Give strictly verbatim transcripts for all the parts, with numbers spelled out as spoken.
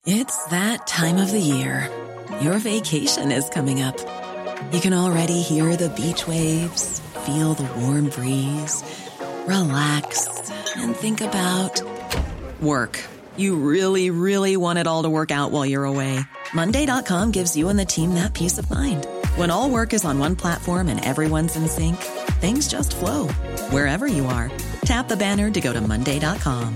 It's that time of the year. Your vacation is coming up. You can already hear the beach waves, feel the warm breeze, relax, and think about work. You really, really want it all to work out while you're away. Monday dot com gives you and the team that peace of mind. When all work is on one platform and everyone's in sync, things just flow. Wherever you are, tap the banner to go to monday dot com.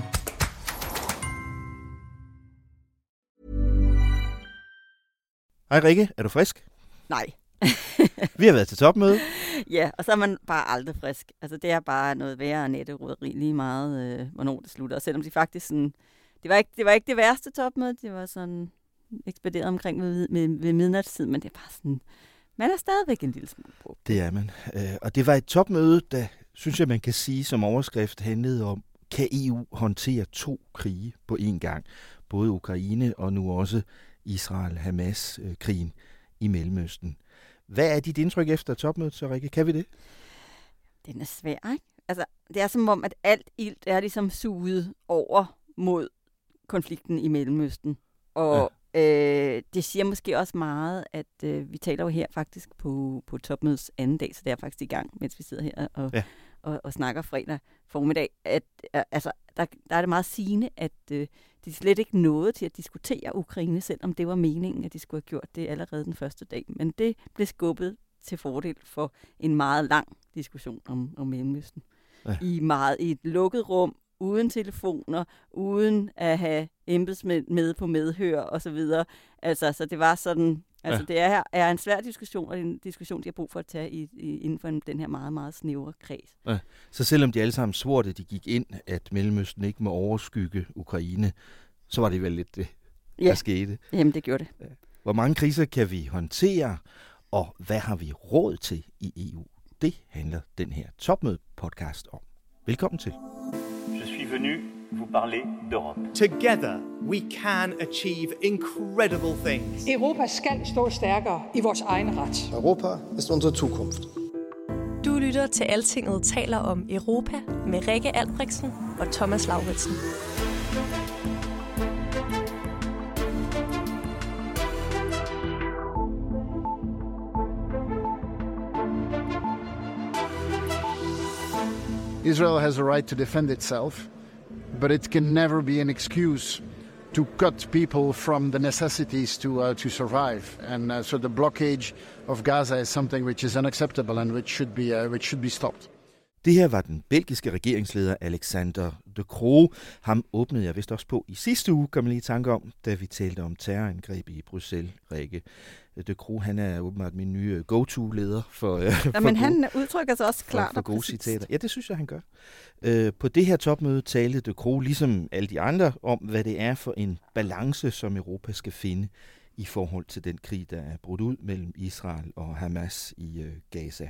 Hej Rikke, er du frisk? Nej. Vi har været til topmøde. Ja, og så er man bare aldrig frisk. Altså, det er bare noget værre end netteroderi lige meget, øh, hvornår det slutter. Og selvom de faktisk sådan... Det var, ikke, det var ikke det værste topmøde, det var sådan ekspederet omkring ved, ved, ved midnatstid, men det er bare sådan... Man er stadigvæk en lille smule på. Det er man. Og det var et topmøde, der, synes jeg, man kan sige som overskrift, handlede om, kan E U håndtere to krige på én gang? Både Ukraine og nu også Israel-Hamas-krigen i Mellemøsten. Hvad er dit indtryk efter topmødet, så Rikke? Kan vi det? Den er svær, ikke? Altså, det er som om, at alt ilt er ligesom suget over mod konflikten i Mellemøsten. Og ja. øh, det siger måske også meget, at øh, vi taler jo her faktisk på, på topmødets anden dag, så det er faktisk i gang, mens vi sidder her og, ja. og, og snakker fredag formiddag. At, øh, altså, der, der er det meget sigende, at øh, de slet ikke nåede til at diskutere Ukraine, selvom det var meningen, at de skulle have gjort det allerede den første dag. Men det blev skubbet til fordel for en meget lang diskussion om, om Mellemøsten. Ja. I, meget, I et lukket rum, uden telefoner, uden at have embedsmænd med på medhør og så videre. Altså, så det var sådan, altså ja. det er, er en svær diskussion, og en diskussion, de har brug for at tage i, i, inden for en, den her meget, meget snævre kreds. Ja. Så selvom de alle sammen svurte, de gik ind, at Mellemøsten ikke må overskygge Ukraine, så var det vel lidt det, der ja. skete. Jamen, det gjorde det. Hvor mange kriser kan vi håndtere, og hvad har vi råd til i E U? Det handler den her topmøde-podcast om. Velkommen til. Je suis venu vous parler d'Europe. Together we can achieve incredible things. Europa skal stå stærkere i vores egen ret. Europa ist unsere Zukunft. Du lytter til Altinget taler om Europa med Rikke Albrechtsen og Thomas Lauritsen. Israel has a right to defend itself, but it can never be an excuse to cut people from the necessities to uh, to survive. And uh, so the blockade of Gaza is something which is unacceptable and which should be uh, which should be stopped. Det her var den belgiske regeringsleder Alexander De Croo. Ham åbnede jeg vist også på i sidste uge, kom jeg lige i tanke om, da vi talte om terrorangreb i Bruxelles, Rikke. De Croo, han er åbenbart min nye go-to-leder for, ja, for men gode, han udtrykker sig også klart for, for gode citater. Ja, det synes jeg, han gør. Øh, på det her topmøde talte De Croo, ligesom alle de andre, om hvad det er for en balance, som Europa skal finde i forhold til den krig, der er brudt ud mellem Israel og Hamas i øh, Gaza.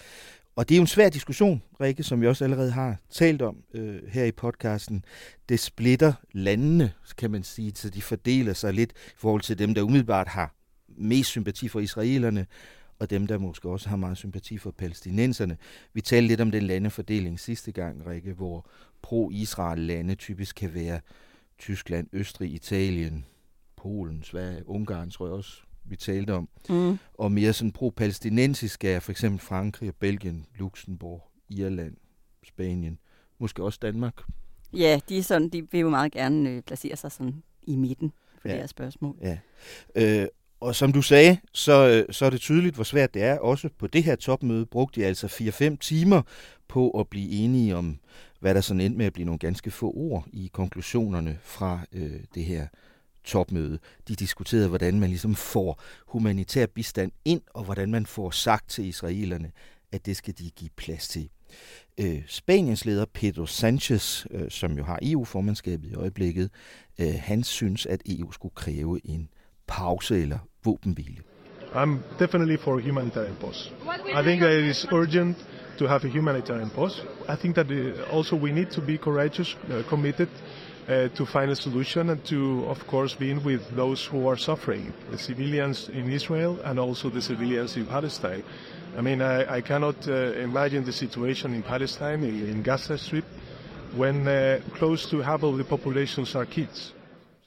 Og det er jo en svær diskussion, Rikke, som vi også allerede har talt om øh, her i podcasten. Det splitter landene, kan man sige, så de fordeler sig lidt i forhold til dem, der umiddelbart har mest sympati for israelerne, og dem, der måske også har meget sympati for palæstinenserne. Vi talte lidt om den landefordeling sidste gang, Rikke, hvor pro-Israel-lande typisk kan være Tyskland, Østrig, Italien, Polen, Sverige, Ungarn, tror jeg også, vi talte om. Mm. Og mere sådan pro-palæstinensiske er for eksempel Frankrig, Belgien, Luxembourg, Irland, Spanien, måske også Danmark. Ja, de, er sådan, de vil jo meget gerne øh, placere sig sådan i midten for ja. det her spørgsmål. Ja. Øh, og som du sagde, så, så er det tydeligt, hvor svært det er. Også på det her topmøde brugte de altså fire fem timer på at blive enige om, hvad der sådan endte med at blive nogle ganske få ord i konklusionerne fra øh, det her topmøde. De diskuterede, hvordan man ligesom får humanitær bistand ind, og hvordan man får sagt til israelerne, at det skal de give plads til. Øh, Spaniens leder Pedro Sanchez, øh, som jo har E U-formandskabet i øjeblikket, øh, han synes, at E U skulle kræve en pause eller våbenhvile. I'm definitely for humanitarian pause. I think that it is urgent to have a humanitarian pause. I think that also we need to be courageous, uh, committed uh, to find a solution and to, of course, be in with those who are suffering, the civilians in Israel and also the civilians in Palestine. I mean, I, I cannot uh, imagine the situation in Palestine, in, in Gaza Strip, when uh, close to half of the populations are kids.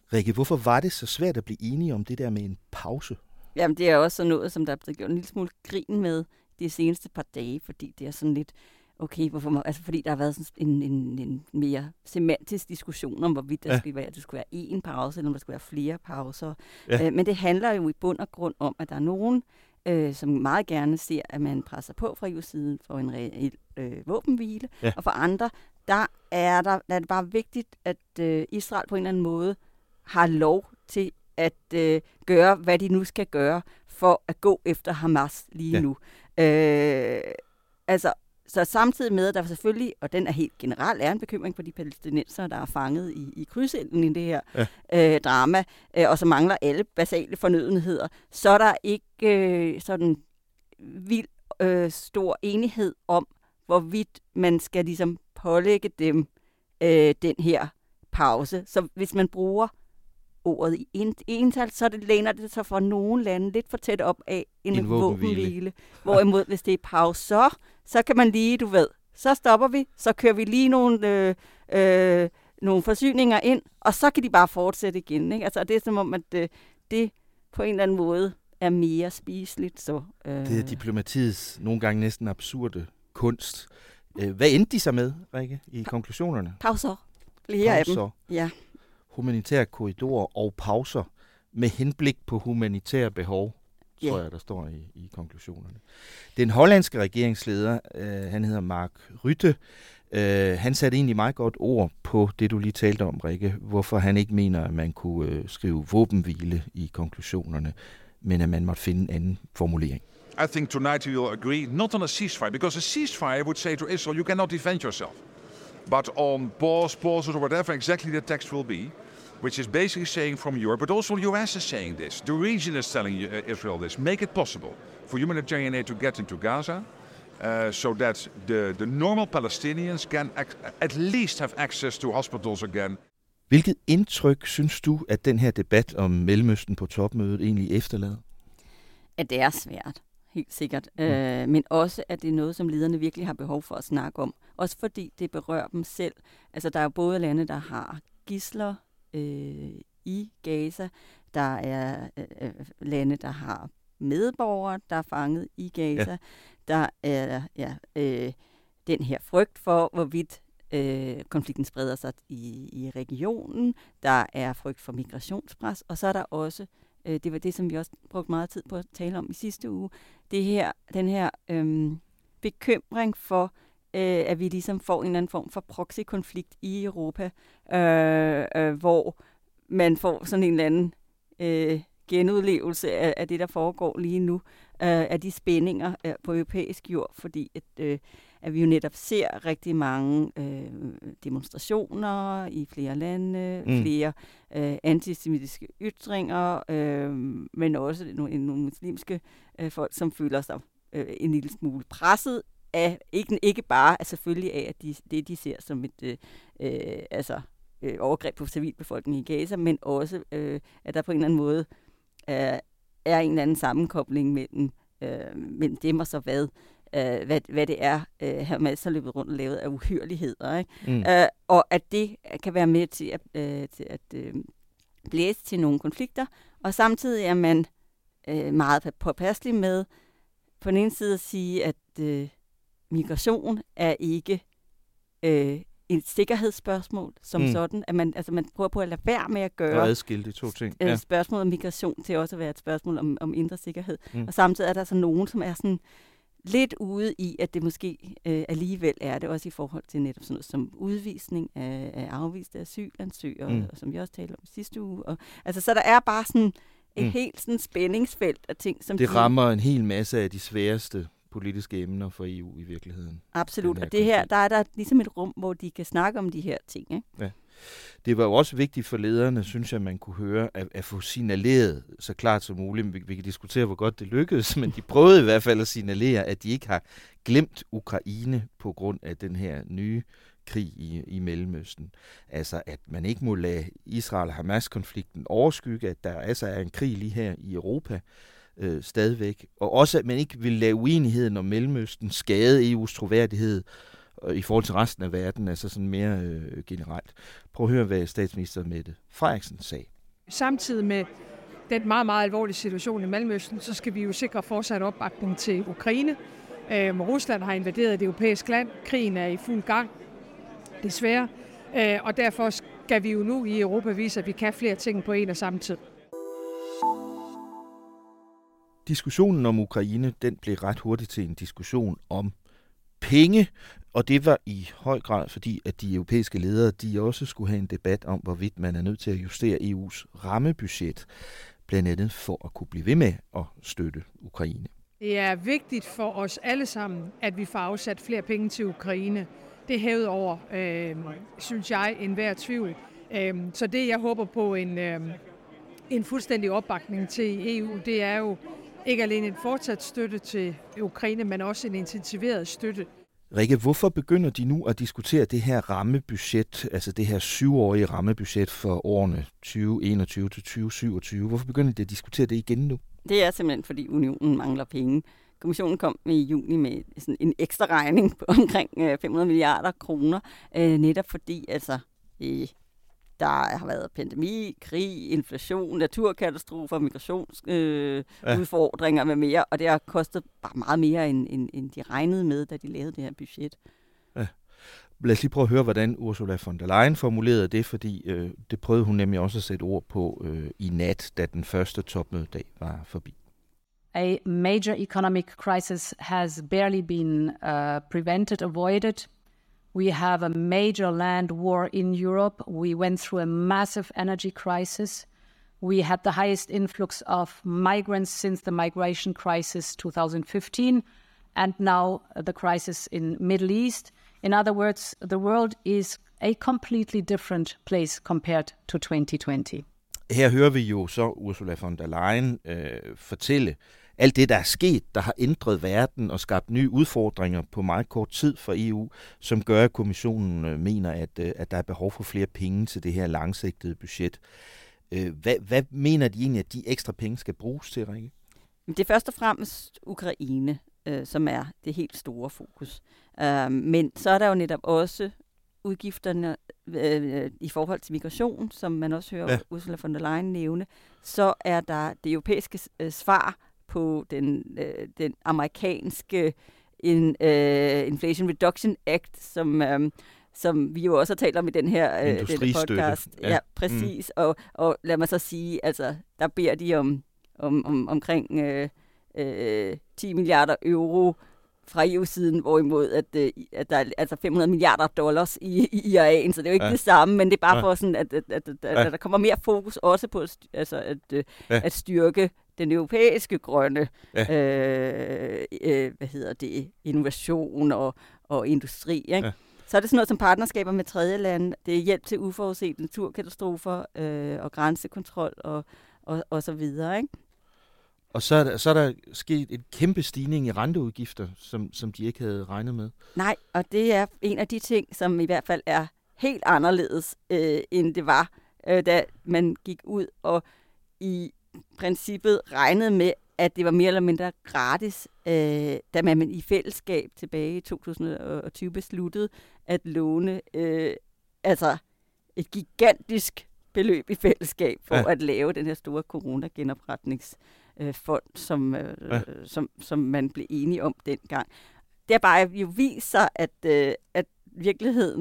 Rikke, hvorfor var det så svært at blive enige om det der med en pause? Jamen, det er også sådan noget, som der er blevet gjort en lille smule grin med de seneste par dage, fordi det er sådan lidt, okay, hvorfor man, altså fordi der har været sådan en, en, en mere semantisk diskussion om, hvorvidt der ja. skulle være, det skulle være én pause, eller om der skulle være flere pauser. Ja. Øh, men det handler jo i bund og grund om, at der er nogen, øh, som meget gerne ser, at man presser på fra E U-siden for en reel øh, våbenhvile, ja. og for andre, der er, der, der er det bare vigtigt, at øh, Israel på en eller anden måde har lov til at øh, gøre, hvad de nu skal gøre, for at gå efter Hamas lige ja. nu. Øh, altså, så samtidig med, at der selvfølgelig, og den er helt generelt, er en bekymring for de palæstinenser, der er fanget i, i krydsilden i det her ja. øh, drama, øh, og så mangler alle basale fornødenheder, så er der ikke øh, sådan vild øh, stor enighed om, hvorvidt man skal ligesom pålægge dem øh, den her pause. Så hvis man bruger ordet i en, ental, så det læner det sig for nogle lande lidt for tæt op af en, en våbenhvile. våbenhvile. Hvorimod, hvis det er pause, så, så kan man lige, du ved, så stopper vi, så kører vi lige nogle, øh, øh, nogle forsyninger ind, og så kan de bare fortsætte igen. Ikke? Altså, det er som om, at øh, det på en eller anden måde er mere spiseligt. Så, øh. Det er diplomatiets nogle gange næsten absurde kunst. Hvad endte de så med, Rikke, i konklusionerne? Pauser. Flere pauser. af dem. Ja. Humanitære korridorer og pauser med henblik på humanitære behov, yeah. tror jeg, der står i, i konklusionerne. Den hollandske regeringsleder, øh, han hedder Mark Rutte, øh, han satte egentlig meget godt ord på det, du lige talte om, Rikke, hvorfor han ikke mener, at man kunne øh, skrive våbenhvile i konklusionerne, men at man måtte finde en anden formulering. I think tonight we will agree not on a ceasefire, because a ceasefire would say to Israel, you cannot defend yourself. But on pause, pauses, or whatever exactly the text will be, which is basically saying from Europe, but also the U S is saying this. The region is telling Israel this. Make it possible for humanitarian aid to get into Gaza, uh, so that the, the normal Palestinians can ac- at least have access to hospitals again. Hvilket indtryk synes du, at den her debat om Mellemøsten på topmødet egentlig efterlader? At det er svært. Helt sikkert. Mm. Øh, men også, at det er noget, som lederne virkelig har behov for at snakke om. Også fordi det berører dem selv. Altså, der er jo både lande, der har gidsler øh, i Gaza. Der er øh, lande, der har medborgere, der er fanget i Gaza. Ja. Der er ja, øh, den her frygt for, hvorvidt øh, konflikten spreder sig i, i regionen. Der er frygt for migrationspres. Og så er der også det var det, som vi også brugte meget tid på at tale om i sidste uge. Det her, den her øhm, bekymring for, øh, at vi ligesom får en eller anden form for proxy-konflikt i Europa, øh, øh, hvor man får sådan en eller anden øh, genudlevelse af, af det, der foregår lige nu, øh, af de spændinger øh, på europæisk jord, fordi at, øh, at vi jo netop ser rigtig mange øh, demonstrationer i flere lande, mm. flere øh, antisemitiske ytringer, øh, men også nogle, nogle muslimske øh, folk, som føler sig øh, en lille smule presset af, ikke, ikke bare altså selvfølgelig af, at de, det de ser som et øh, øh, altså, øh, overgreb på civilbefolkningen i Gaza, men også, øh, at der på en eller anden måde øh, er en eller anden sammenkobling mellem, øh, mellem dem og så hvad, øh, hvad, hvad det er, øh, Hamas har løbet rundt og lavet af uhyrligheder. Ikke? Mm. Øh, og at det kan være med til at, øh, til at øh, blæse til nogle konflikter, og samtidig er man øh, meget påpasselig med på den ene side at sige, at øh, migration er ikke øh, et sikkerhedsspørgsmål som mm. sådan, at man, altså man prøver på at lade være med at gøre adskille de to ting. Ja. spørgsmålet om migration til også at være et spørgsmål om, om indre sikkerhed. Mm. Og samtidig er der så nogen, som er sådan lidt ude i, at det måske øh, alligevel er det, også i forhold til netop sådan noget som udvisning af, af afviste asylansøgere, mm. og som vi også talte om sidste uge. Og, altså, så der er bare sådan et mm. helt sådan spændingsfelt af ting, som det de, rammer en hel masse af de sværeste politiske emner for E U i virkeligheden. Absolut, og det her, der er der ligesom et rum, hvor de kan snakke om de her ting. Ikke? Ja. Det var jo også vigtigt for lederne, synes jeg, man kunne høre, at, at få signaleret så klart som muligt. Vi, vi kan diskutere, hvor godt det lykkedes, men de prøvede i hvert fald at signalere, at de ikke har glemt Ukraine på grund af den her nye krig i, i Mellemøsten. Altså, at man ikke må lade Israel-Hamas-konflikten overskygge, at der altså er en krig lige her i Europa, Øh, stadigvæk. Og også, at man ikke vil lade uenigheden om Mellemøsten skade E U's troværdighed øh, i forhold til resten af verden, altså sådan mere øh, generelt. Prøv at høre, hvad statsminister Mette Frederiksen sagde. Samtidig med den meget, meget alvorlige situation i Mellemøsten, så skal vi jo sikre fortsat opbakning til Ukraine. Øhm, Rusland har invaderet et europæisk land. Krigen er i fuld gang, desværre. Øh, og derfor skal vi jo nu i Europa vise, at vi kan flere ting på en og samme tid. Diskussionen om Ukraine, den blev ret hurtigt til en diskussion om penge, og det var i høj grad fordi, at de europæiske ledere, de også skulle have en debat om, hvorvidt man er nødt til at justere E U's rammebudget, blandt andet for at kunne blive ved med at støtte Ukraine. Det er vigtigt for os alle sammen, at vi får afsat flere penge til Ukraine. Det er hævet over, øh, synes jeg, enhver tvivl. Øh, så det, jeg håber på en, øh, en fuldstændig opbakning til E U, det er jo ikke alene en fortsat støtte til Ukraine, men også en intensiveret støtte. Rikke, hvorfor begynder de nu at diskutere det her rammebudget, altså det her syvårige rammebudget for årene tyve enogtyve til tyve syvogtyve? Hvorfor begynder de at diskutere det igen nu? Det er simpelthen, fordi unionen mangler penge. Kommissionen kom i juni med sådan en ekstra regning på omkring fem hundrede milliarder kroner, øh, netop fordi altså, øh, der har været pandemi, krig, inflation, naturkatastrofer, migrationsudfordringer øh, ja. med mere, og det har kostet bare meget mere, end, end, end de regnede med, da de lavede det her budget. Ja. Lad os lige prøve at høre, hvordan Ursula von der Leyen formulerede det, fordi øh, det prøvede hun nemlig også at sætte ord på øh, i nat, da den første topmødedag var forbi. A major economic crisis has barely been uh, prevented, avoided. We have a major land war in Europe. We went through a massive energy crisis. We had the highest influx of migrants since the migration crisis two thousand fifteen, and now the crisis in Middle East. In other words, the world is a completely different place compared to twenty twenty. Her hører vi jo så Ursula von der Leyen øh, fortælle alt det, der er sket, der har ændret verden og skabt nye udfordringer på meget kort tid for E U, som gør, at kommissionen øh, mener, at, øh, at der er behov for flere penge til det her langsigtede budget. Øh, hvad, hvad mener de egentlig, at de ekstra penge skal bruges til, Rikke? Det er først og fremmest Ukraine, øh, som er det helt store fokus. Uh, men så er der jo netop også udgifterne øh, i forhold til migration, som man også hører ja. Ursula von der Leyen nævne. Så er der det europæiske øh, svar på den, øh, den amerikanske in, øh, Inflation Reduction Act, som, øh, som vi jo også har talt om i den her øh, denne podcast. Ja, ja præcis. Mm. Og, og lad mig så sige, altså, der beder de om, om, om omkring øh, øh, ti milliarder euro fra E U-siden, hvorimod at, at der er altså fem hundrede milliarder dollars i, i I R A'en, så det er jo ikke ja. det samme, men det er bare ja. for sådan, at, at, at, at, at ja. der kommer mere fokus også på at, altså at, ja. at styrke den europæiske grønne ja. øh, øh, hvad hedder det, innovation og, og industri. Ikke? Ja. Så er det sådan noget som partnerskaber med tredje lande, det er hjælp til uforudsete naturkatastrofer øh, og grænsekontrol og, og, og så videre, ikke? Og så er, der, så er der sket en kæmpe stigning i renteudgifter, som, som de ikke havde regnet med. Nej, og det er en af de ting, som i hvert fald er helt anderledes, øh, end det var, øh, da man gik ud og i princippet regnede med, at det var mere eller mindre gratis, øh, da man i fællesskab tilbage i to tusind og tyve besluttede at låne øh, altså et gigantisk beløb i fællesskab for ja. at lave den her store coronagenopretnings fond, som, øh, ja. som, som man blev enige om dengang. Det er bare jo viser, at, øh, at virkeligheden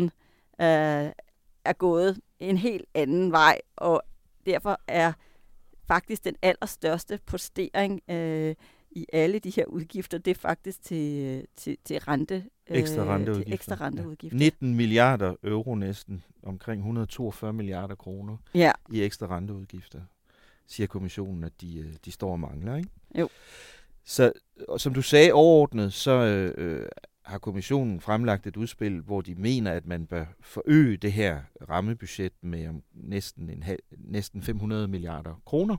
øh, er gået en helt anden vej, og derfor er faktisk den allerstørste postering øh, i alle de her udgifter, det er faktisk til, til, til rente. Ekstra renteudgifter. Til ekstra renteudgifter. Ja. nitten milliarder euro næsten, omkring et hundrede og toogfyrre milliarder kroner ja. i ekstra renteudgifter, siger kommissionen, at de, de står og mangler, ikke? Jo. Så som du sagde overordnet, så øh, har kommissionen fremlagt et udspil, hvor de mener, at man bør forøge det her rammebudget med næsten, en, næsten fem hundrede milliarder kroner.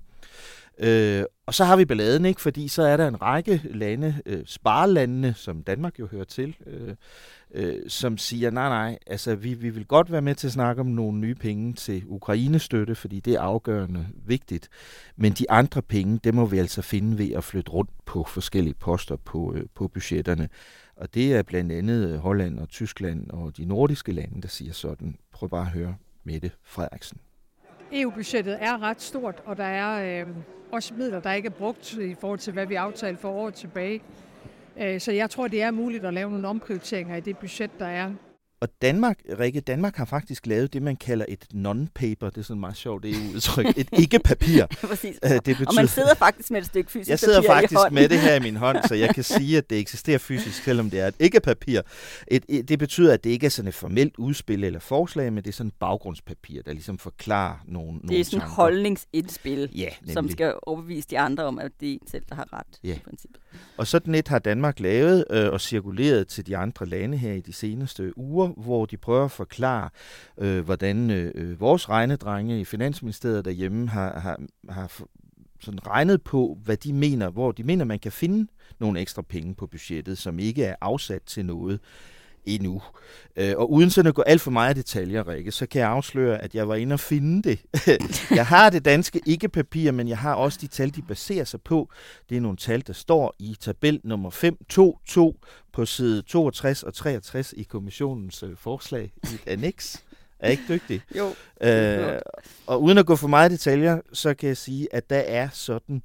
Øh, og så har vi balladen, ikke? Fordi så er der en række lande, øh, sparelandene, som Danmark jo hører til, øh, øh, som siger, nej, nej, altså vi, vi vil godt være med til at snakke om nogle nye penge til Ukraine-støtte, fordi det er afgørende vigtigt. Men de andre penge, det må vi altså finde ved at flytte rundt på forskellige poster på, øh, på budgetterne. Og det er blandt andet Holland og Tyskland og de nordiske lande, der siger sådan. Prøv bare at høre Mette Frederiksen. E U-budgettet er ret stort, og der er øh, også midler, der ikke er brugt i forhold til, hvad vi aftalte for år tilbage. Øh, så jeg tror, det er muligt at lave nogle omprioriteringer i det budget, der er. Og Danmark, Rikke, Danmark har faktisk lavet det, man kalder et non-paper. Det er sådan et meget sjovt E U-udtryk. Et ikke-papir. Præcis. Det betyder, og man sidder faktisk med et stykke fysisk papir. Jeg sidder faktisk med det her i min hånd, så jeg kan sige, at det eksisterer fysisk, selvom det er et ikke-papir. Et, et, det betyder, at det ikke er sådan et formelt udspil eller forslag, men det er sådan et baggrundspapir, der ligesom forklarer nogle Det er sådan et holdningsindspil, ja, som skal overbevise de andre om, at det er en selv, der har ret. Ja. I princippet. Og sådan et har Danmark lavet øh, og cirkuleret til de andre lande her i de seneste uger, hvor de prøver at forklare, øh, hvordan øh, vores regnedrenge i Finansministeriet derhjemme har, har, har sådan regnet på, hvad de mener, hvor de mener, man kan finde nogle ekstra penge på budgettet, som ikke er afsat til noget endnu. Øh, og uden sådan at gå alt for meget detaljer, Rikke, så kan jeg afsløre, at jeg var inde og finde det. Jeg har det danske ikke-papir, men jeg har også de tal, de baserer sig på. Det er nogle tal, der står i tabel nummer fem to to på side toogtres og treogtres i kommissionens øh, forslag i et annex. Er ikke dygtig? Jo. Øh, og uden at gå for meget detaljer, så kan jeg sige, at der er sådan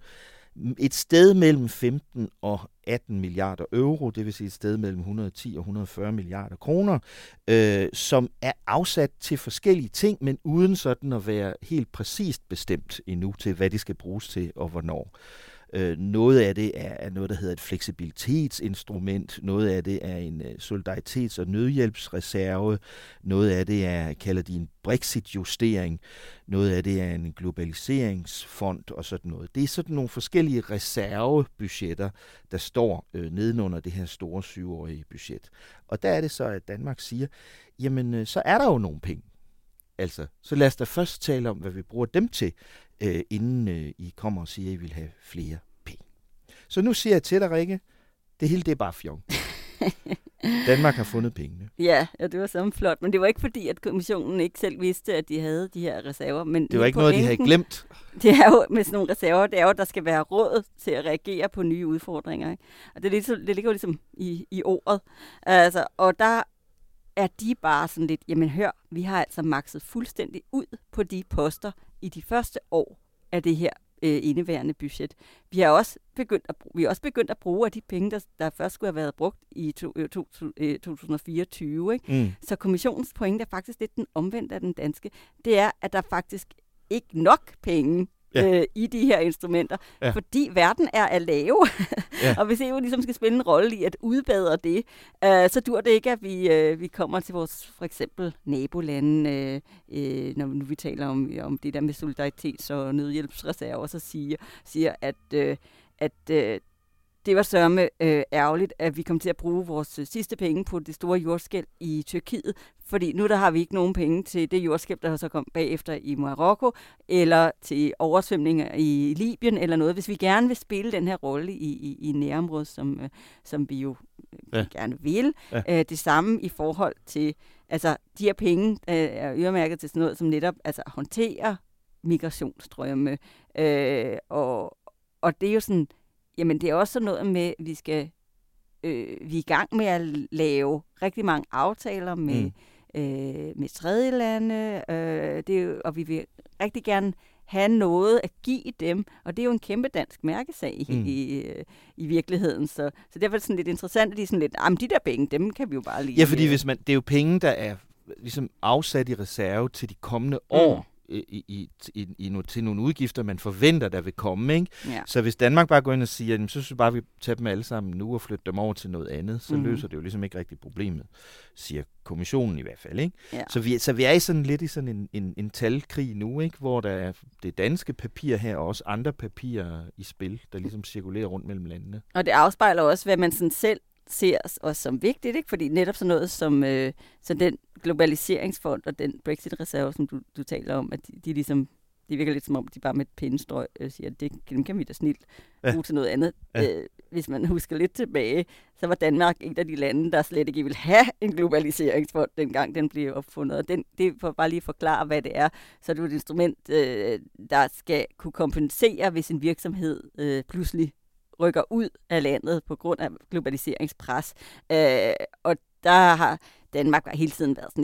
et sted mellem femten og atten milliarder euro, det vil sige et sted mellem et hundrede og ti og et hundrede og fyrre milliarder kroner, øh, som er afsat til forskellige ting, men uden sådan at være helt præcist bestemt endnu til, hvad de skal bruges til og hvornår. Øh, noget af det er noget, der hedder et fleksibilitetsinstrument, noget af det er en solidaritets- og nødhjælpsreserve, noget af det er, kalder de en Brexit-justering, noget af det er en globaliseringsfond og sådan noget. Det er sådan nogle forskellige reservebudgetter, der står øh, nedenunder det her store syvårige budget. Og der er det så, at Danmark siger, jamen øh, så er der jo nogle penge. Altså, så lad os da først tale om, hvad vi bruger dem til, øh, inden øh, I kommer og siger, at I vil have flere penge. Så nu siger jeg til dig, Rikke, det hele det er bare fjong. Danmark har fundet pengene. Ja, ja, det var så flot, men det var ikke fordi, at kommissionen ikke selv vidste, at de havde de her reserver. Men det var ikke noget, de havde glemt. Det er jo med sådan nogle reserver, det er jo, der skal være råd til at reagere på nye udfordringer. Ikke? Og det, er ligesom, det ligger jo ligesom i, i ordet. Altså, og der er de bare sådan lidt, jamen hør, vi har altså makset fuldstændig ud på de poster i de første år af det her øh, indeværende budget. Vi har også begyndt at bruge, vi har også begyndt at bruge af de penge, der, der først skulle have været brugt i to, øh, to, øh, to tusind og fireogtyve. Ikke? Mm. Så kommissionens pointe er faktisk lidt den omvendte af den danske. Det er, at der faktisk ikke nok penge Ja. Øh, i de her instrumenter, ja. Fordi verden er af lave, ja. Og hvis E U ligesom skal spille en rolle i at udbedre det, øh, så dur det ikke, at vi, øh, vi kommer til vores for eksempel nabolande, øh, øh, når nu vi taler om, om det der med solidaritets- og nødhjælpsreserver, så siger, siger at, øh, at øh, det var sørme øh, ærgerligt, at vi kom til at bruge vores øh, sidste penge på det store jordskælv i Tyrkiet, fordi nu der har vi ikke nogen penge til det jordskælv, der så kom bagefter i Marokko, eller til oversvømninger i Libyen eller noget, hvis vi gerne vil spille den her rolle i, i, i nærområdet, som, øh, som vi jo øh, ja. gerne vil. Ja. Øh, det samme i forhold til, altså de her penge øh, er øremærket til sådan noget, som netop altså, håndterer migrationsstrømme, øh, og, og det er jo sådan, jamen det er også sådan noget med, at vi skal, øh, vi er i gang med at lave rigtig mange aftaler med, mm. øh, med tredjelande, øh, det er jo, og vi vil rigtig gerne have noget at give dem, og det er jo en kæmpe dansk mærkesag mm. i, i, i virkeligheden. Så, så derfor er det sådan lidt interessant, at de er sådan lidt, ah, men de der penge, dem kan vi jo bare lige... Ja, fordi hvis man, det er jo penge, der er ligesom afsat i reserve til de kommende mm. år. I, i, i, i, til nogle udgifter, man forventer, der vil komme. Ikke? Ja. Så hvis Danmark bare går ind og siger, jamen, så synes jeg bare, at vi tager dem alle sammen nu og flytter dem over til noget andet, så mm. løser det jo ligesom ikke rigtig problemet, siger kommissionen i hvert fald. Ikke? Ja. Så, vi, så vi er i sådan lidt i sådan en, en, en talkrig nu, ikke? Hvor der er det danske papir her, og også andre papirer i spil, der ligesom cirkulerer rundt mellem landene. Og det afspejler også, hvad man sådan selv ser os som vigtigt, ikke? Fordi netop sådan noget som øh, så den globaliseringsfond og den Brexit-reserve, som du, du taler om, at de, de ligesom, det virker lidt som om, de bare med et pindestrøg øh, siger, at det, dem kan vi da snilt bruge ja. til noget andet. Ja. Øh, hvis man husker lidt tilbage, så var Danmark et af de lande, der slet ikke ville have en globaliseringsfond, dengang den blev opfundet. Og den, det for bare lige forklare, hvad det er, så er det jo et instrument, øh, der skal kunne kompensere, hvis en virksomhed øh, pludselig rykker ud af landet på grund af globaliseringspres. Øh, og der har Danmark hele tiden været sådan lidt,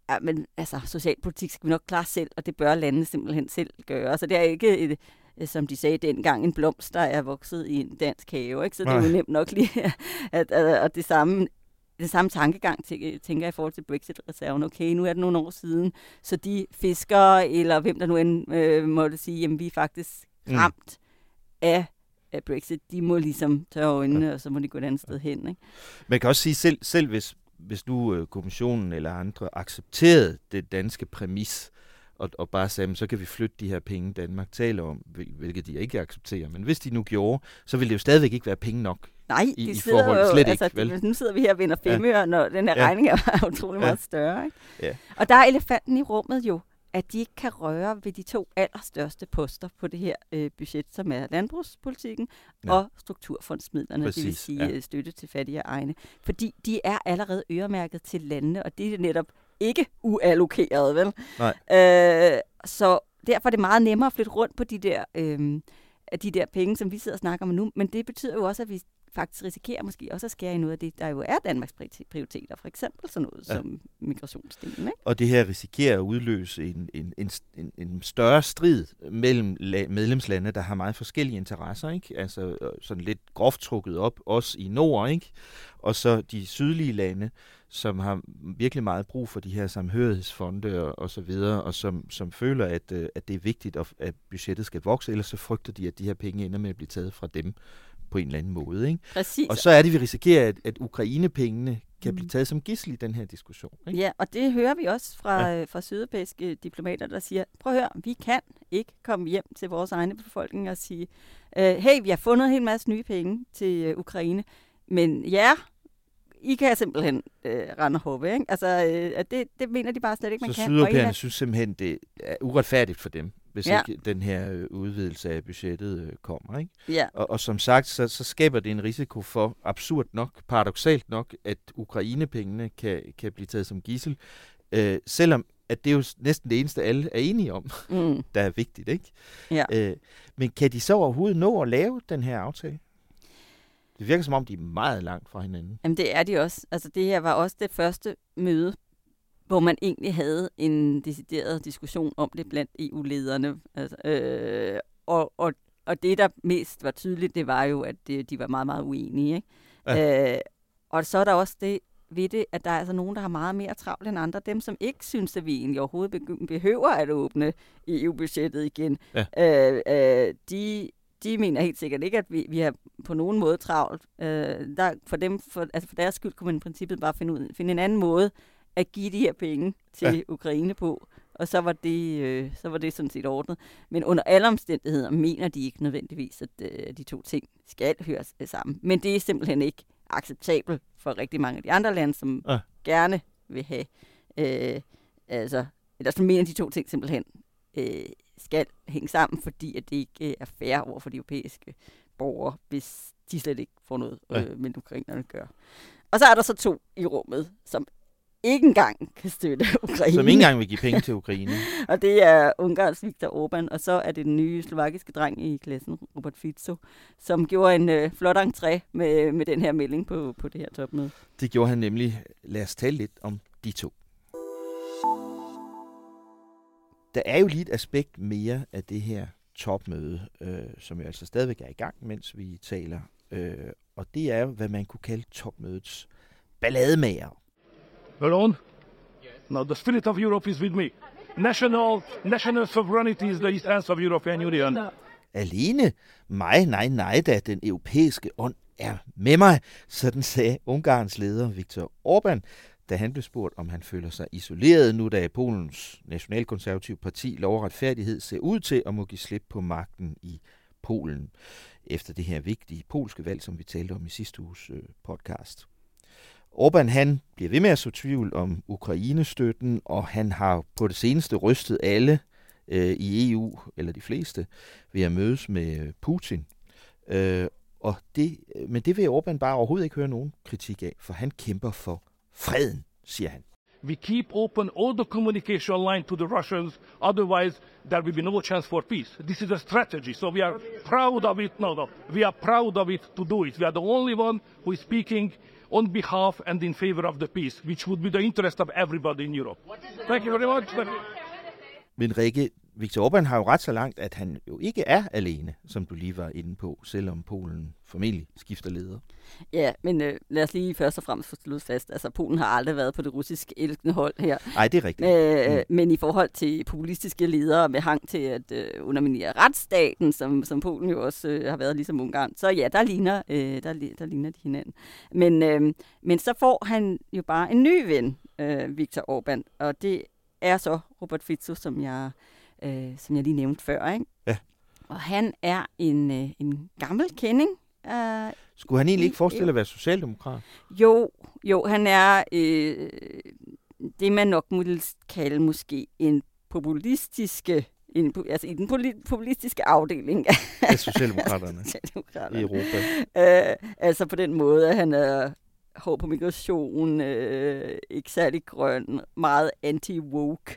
ja, men altså, socialpolitik skal vi nok klare selv, og det bør landene simpelthen selv gøre. Så det er ikke, et, som de sagde dengang, en blomst, der er vokset i en dansk have. Ikke? Så det er jo nemt nok lige, at, at, at det samme... Det samme tankegang, tænker jeg i forhold til Brexit-reserven. Okay, nu er det nogle år siden, så de fiskere, eller hvem der nu end øh, måtte sige, jamen vi er faktisk ramt mm. af, af Brexit, de må ligesom tørre øjnene, ja. Og så må de gå et andet sted hen. Ikke? Man kan også sige, selv, selv hvis, hvis nu øh, kommissionen eller andre accepterede det danske præmis, og, og bare sagde, så kan vi flytte de her penge, Danmark taler om, hvil, hvilket de ikke accepterer. Men hvis de nu gjorde, så ville det jo stadigvæk ikke være penge nok. Nej, i, de i sidder forhold, jo, slet altså, ikke, vel? Nu sidder vi her og vinder femøre, ja. Når den her ja. regning er utrolig ja. meget større. Ikke? Ja. Og der er elefanten i rummet jo, at de ikke kan røre ved de to allerstørste poster på det her øh, budget, som er landbrugspolitikken ja. og strukturfondsmidlerne, Præcis, det vil sige ja. støtte til fattige egne. Fordi de er allerede øremærket til landene, og det er netop ikke uallokeret, vel? Nej. Øh, så derfor er det meget nemmere at flytte rundt på de der, øh, de der penge, som vi sidder og snakker om nu. Men det betyder jo også, at vi faktisk risikerer måske også at skære i noget af det, der jo er Danmarks prioriteter, for eksempel sådan noget ja. som migrationsdelen. Ikke? Og det her risikerer at udløse en, en, en, en, en større strid mellem la- medlemslande, der har meget forskellige interesser, ikke? Altså sådan lidt groft trukket op, også i nord, ikke? Og så de sydlige lande, som har virkelig meget brug for de her samhørighedsfonde og, og så videre, og som, som føler, at, at det er vigtigt, at budgettet skal vokse, ellers så frygter de, at de her penge ender med at blive taget fra dem på en eller anden måde. Ikke? Præcis. Og så er det, vi risikerer, at, at Ukraine-pengene kan mm. blive taget som gidsel i den her diskussion. Ikke? Ja, og det hører vi også fra, ja. fra sydeuropæiske diplomater, der siger, prøv at høre, vi kan ikke komme hjem til vores egne befolkning og sige, øh, hey, vi har fundet en hel masse nye penge til øh, Ukraine, men ja, I kan simpelthen øh, rende og håbe. Ikke? Altså, øh, det, det mener de bare slet ikke, man så kan. Så sydeuropæerne synes simpelthen, det er uretfærdigt for dem, hvis ja. ikke den her øh, udvidelse af budgettet øh, kommer. Ikke? Ja. Og, og som sagt, så, så skaber det en risiko for, absurd nok, paradoksalt nok, at Ukraine-pengene kan, kan blive taget som gidsel, øh, selvom at det er jo næsten det eneste, alle er enige om, mm. der er vigtigt. Ikke? Ja. Øh, men kan de så overhovedet nå at lave den her aftale? Det virker som om, de er meget langt fra hinanden. Jamen det er de også. Altså det her var også det første møde, hvor man egentlig havde en decideret diskussion om det blandt E U-lederne. Altså, øh, og, og, og det, der mest var tydeligt, det var jo, at det, de var meget, meget uenige. Ikke? Ja. Øh, og så er der også det ved det, at der er altså nogen, der har meget mere travlt end andre. Dem, som ikke synes, at vi egentlig overhovedet behøver at åbne E U-budgettet igen, ja. øh, øh, de... De mener helt sikkert ikke, at vi, vi har på nogen måde travlt. Øh, der, for, dem, for, altså for deres skyld kunne man i princippet bare finde, ud, finde en anden måde at give de her penge til ja. Ukraine på. Og så var, det, øh, så var det sådan set ordnet. Men under alle omstændigheder mener de ikke nødvendigvis, at øh, de to ting skal høres sammen. Men det er simpelthen ikke acceptabelt for rigtig mange af de andre lande, som ja. gerne vil have. Øh, altså, eller så mener de to ting simpelthen øh, skal hænge sammen, fordi at det ikke er fair over for de europæiske borgere, hvis de slet ikke får noget øh, ja. med ukrainerne at gøre. Og så er der så to i rummet, som ikke engang kan støtte Ukraine. Som ikke engang vil give penge til Ukraine. Og det er Ungarns Viktor Orbán, og så er det den nye slovakiske dreng i klassen, Robert Fico, som gjorde en øh, flot entré med, med den her melding på, på det her topmøde. Det gjorde han nemlig. Lad os tale lidt om de to. Der er jo lige et aspekt mere af det her topmøde, øh, som jo altså stadigvæk er i gang, mens vi taler. Øh, og det er jo, hvad man kunne kalde topmødets ballademager. Alone? Now the spirit of Europe is with me. National, national sovereignty is the essence of European Union. Alene? Mig? Nej, nej, da den europæiske ånd er med mig, sådan sagde Ungarns leder Viktor Orbán, da han blev spurgt, om han føler sig isoleret, nu da Polens nationalkonservative parti Lov og Retfærdighed ser ud til at må give slip på magten i Polen, efter det her vigtige polske valg, som vi talte om i sidste uges øh, podcast. Orbán, han bliver ved med at så tvivl om Ukraine-støtten, og han har på det seneste rystet alle øh, i E U, eller de fleste, ved at mødes med Putin. Øh, og det, men det vil Orbán bare overhovedet ikke høre nogen kritik af, for han kæmper for freden, siger han. we keep open all the communication line to the Russians, otherwise there will be no chance for peace. This is a strategy, so we are proud of it. No, no, we are proud of it to do it. We are the only one who is speaking on behalf and in favor of the peace, which would be the interest of everybody in Europe. Thank you very much. Men Rikke, Viktor Orbán har jo ret så langt, at han jo ikke er alene, som du lige var inde på, selvom Polen formentlig skifter leder. Ja, men øh, lad os lige først og fremmest få slået fast. Altså, Polen har aldrig været på det russiske elskende hold her. Nej, det er rigtigt. Øh, mm. Men i forhold til populistiske ledere med hang til at øh, underminere retsstaten, som, som Polen jo også øh, har været ligesom Ungarn, så ja, der ligner, øh, der, der ligner de hinanden. Men, øh, men så får han jo bare en ny ven, øh, Viktor Orbán, og det er så Robert Fico, som jeg, øh, som jeg lige nævnte før, ikke? Ja. Og han er en, øh, en gammel kending. Øh, Skulle han egentlig ikke forestille at være socialdemokrat? Jo, jo, han er øh, det, man nok må kalde måske en populistiske, en, altså i den populistiske afdeling af Socialdemokraterne Socialdemokraterne i Europa. Øh, altså på den måde, at han er hård på migration, øh, ikke særlig grøn, meget anti-woke,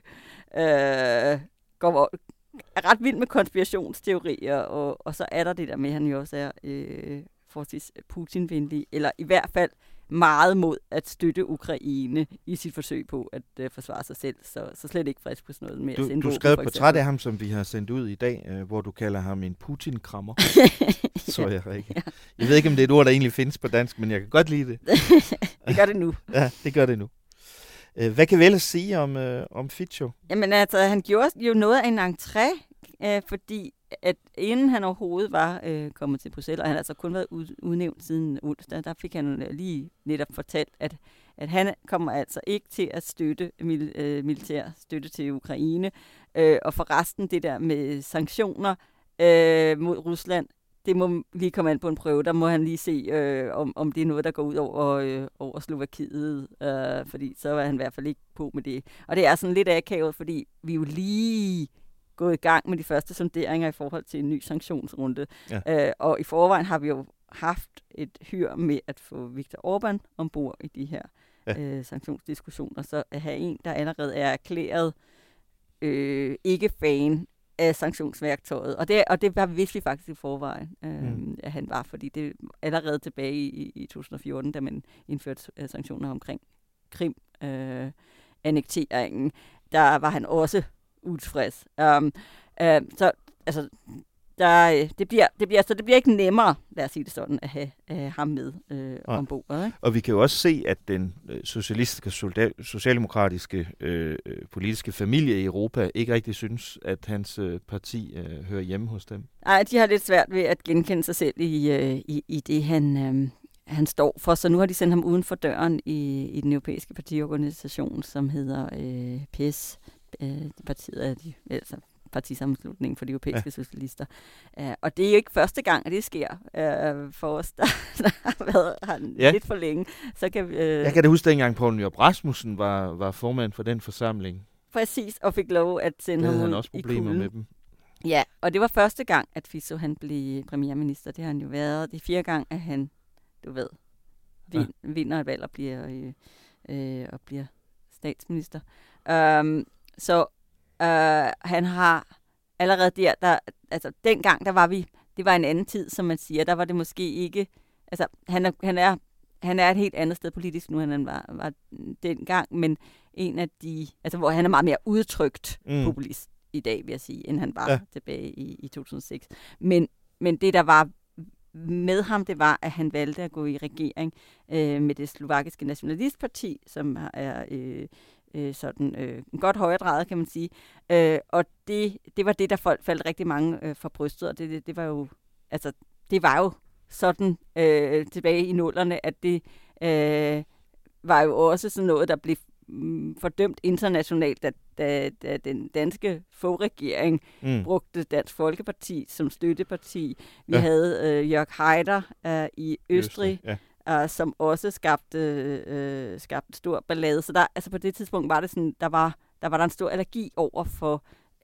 øh, går, er ret vild med konspirationsteorier, og, og så er der det der med, at han jo også er øh, forholdsvis Putin-venlig, eller i hvert fald meget mod at støtte Ukraine i sit forsøg på at øh, forsvare sig selv, så, så slet ikke frisk på sådan noget med du, at sende Du skrev et portræt af ham, som vi har sendt ud i dag, øh, hvor du kalder ham en Putin-krammer. Så jeg ikke. Ja. Jeg ved ikke, om det er et ord, der egentlig findes på dansk, men jeg kan godt lide det. Det gør det nu. Ja, det gør det nu. Hvad kan vi ellers sige om, øh, om Fico? Jamen altså, han gjorde jo noget af en entré, øh, fordi at inden han overhovedet var øh, kommet til Bruxelles, og han har altså kun været ud, udnævnt siden onsdag, der fik han lige netop fortalt, at, at han kommer altså ikke til at støtte mil, øh, militær støtte til Ukraine, øh, og for resten det der med sanktioner øh, mod Rusland, det må lige komme an på en prøve. Der må han lige se, øh, om, om det er noget, der går ud over, øh, over Slovakiet, øh, fordi så er han i hvert fald ikke på med det. Og det er sådan lidt akavet, fordi vi jo lige gået i gang med de første sonderinger i forhold til en ny sanktionsrunde. Ja. Øh, og i forvejen har vi jo haft et hyr med at få Viktor Orbán ombord i de her ja. øh, sanktionsdiskussioner. Så at have en, der allerede er erklæret øh, ikke fan af sanktionsværktøjet. Og det, og det var vidste vi faktisk i forvejen, øh, mm. at han var, fordi det allerede tilbage i, i to tusind og fjorten, da man indførte uh, sanktioner omkring Krim, øh, annekteringen, der var han også utilfreds. Um, uh, så altså, der, det, bliver, det, bliver, så det bliver ikke nemmere, lad os sige det sådan, at have uh, ham med uh, ombord. Ikke? Og vi kan jo også se, at den øh, socialistiske, solda- socialdemokratiske øh, politiske familie i Europa ikke rigtig synes, at hans øh, parti øh, hører hjemme hos dem. Nej, de har lidt svært ved at genkende sig selv i, øh, i, i det, han, øh, han står for. Så nu har de sendt ham uden for døren i, i den europæiske partiorganisation, som hedder øh, P S. Øh, partiet er de, altså partisammenslutningen for de europæiske ja. socialister. Uh, og det er jo ikke første gang, at det sker uh, for os, der, der har været her ja. lidt for længe. Så kan vi, uh... Jeg kan da huske, dengang Poul Nyrup Rasmussen var, var formand for den forsamling. Præcis, og fik lov at sende ham ud i kulden. også problemer med dem. Ja, og det var første gang, at Fico han blev premierminister. Det har han jo været. Det er fjerde gang, at han, du ved, vind, ja. vinder et valg og bliver, øh, øh, og bliver statsminister. Um, Så øh, han har allerede der, der, altså dengang, der var vi, det var en anden tid, som man siger, der var det måske ikke, altså han er, han er, han er et helt andet sted politisk nu, end han var, var dengang, men en af de, altså hvor han er meget mere udtrykt mm. populist i dag, vil jeg sige, end han var ja. tilbage i, i to tusind og seks. Men, men det, der var med ham, det var, at han valgte at gå i regering øh, med det slovakiske nationalistparti, som er øh, øh, sådan øh, godt højredrejet, kan man sige. Øh, og det, det var det, der folk faldt rigtig mange øh, for brystet, og det, det, det var jo, altså, det var jo sådan øh, tilbage i nullerne, at det øh, var jo også sådan noget, der blev fordømt internationalt, da, da, da den danske Fogh-regering mm. brugte Dansk Folkeparti som støtteparti. Vi ja. havde øh, Jörg Haider øh, i Østrig, Østrig ja. øh, som også skabte, øh, skabte stor ballade. Så der, altså på det tidspunkt var det sådan, der var der var der en stor allergi over for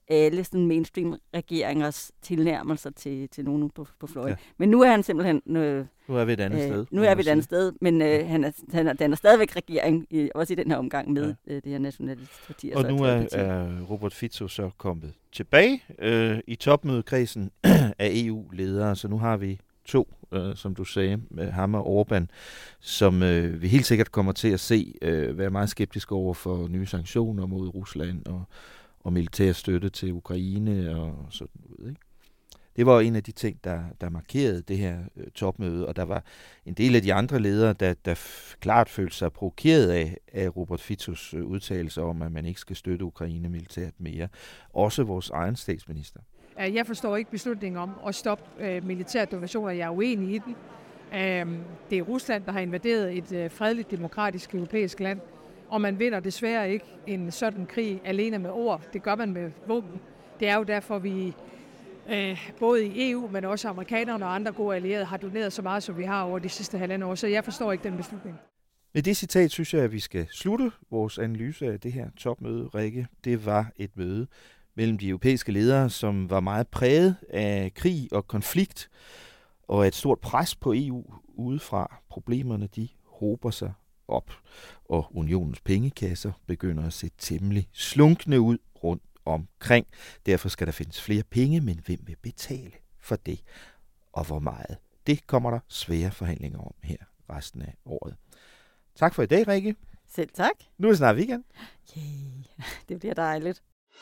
alle sådan mainstream-regeringers tilnærmelser til, til nogen på, på fløjen. Ja. Ja. Men nu er han simpelthen... Øh, Nu er vi et andet øh, sted. Nu er vi et andet sted, men øh, han er, han er, han er stadigvæk regering, i, også i den her omgang med ja. øh, det her nationalistiske parti. Og nu er, er Robert Fico så kommet tilbage øh, i topmødekredsen af E U-ledere, så nu har vi to, øh, som du sagde, med ham og Orbán, som øh, vi helt sikkert kommer til at se øh, være meget skeptiske over for nye sanktioner mod Rusland og, og militær støtte til Ukraine og sådan noget, ikke? Det var en af de ting, der, der markerede det her øh, topmøde, og der var en del af de andre ledere, der, der f- klart følte sig provokeret af, af Robert Ficos øh, udtalelser om, at man ikke skal støtte Ukraine militært mere. Også vores egen statsminister. Jeg forstår ikke beslutningen om at stoppe øh, militære donationer. Jeg er uenig i den. Øh, det er Rusland, der har invaderet et øh, fredeligt, demokratisk europæisk land, og man vinder desværre ikke en sådan krig alene med ord. Det gør man med våben. Det er jo derfor, vi øh, både i E U, men også amerikanerne og andre gode allierede har doneret så meget, som vi har over de sidste halvandet år. Så jeg forstår ikke den beslutning. Med det citat synes jeg, at vi skal slutte vores analyse af det her topmøde, Rikke. Det var et møde mellem de europæiske ledere, som var meget præget af krig og konflikt, og et stort pres på E U udefra. Problemerne, de hober sig op, og unionens pengekasser begynder at se temmelig slunkne ud rundt omkring. Derfor skal der findes flere penge, men hvem vil betale for det, og hvor meget? Det kommer der svære forhandlinger om her resten af året. Tak for i dag, Rikke. Selv tak. Nu er det snart weekend. Yay. Det bliver dejligt.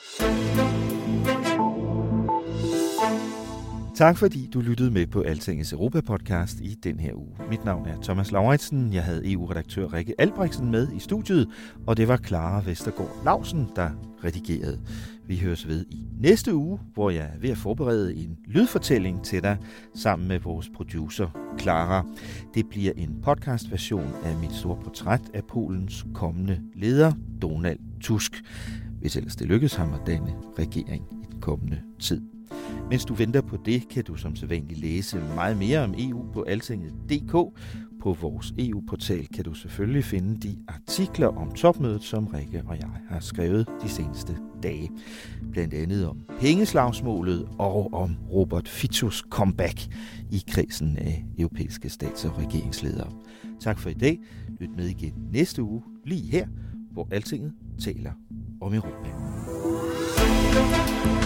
Tak fordi du lyttede med på Altingets Europa-podcast i den her uge. Mit navn er Thomas Lauritsen. Jeg havde E U-redaktør Rikke Albrechtsen med i studiet, og det var Clara Vestergaard Lausen, der redigerede. Vi høres ved i næste uge, hvor jeg er ved at forberede en lydfortælling til dig sammen med vores producer Clara. Det bliver en podcastversion af mit store portræt af Polens kommende leder, Donald Tusk, hvis ellers det lykkes ham at danne regering i den kommende tid. Mens du venter på det, kan du som sædvanligt læse meget mere om E U på altinget punktum d k. På vores E U-portal kan du selvfølgelig finde de artikler om topmødet, som Rikke og jeg har skrevet de seneste dage. Blandt andet om pengeslagsmålet og om Robert Ficos comeback i kredsen af europæiske stats- og regeringsledere. Tak for i dag. Lyt med igen næste uge, lige her, hvor Altinget taler om Europa.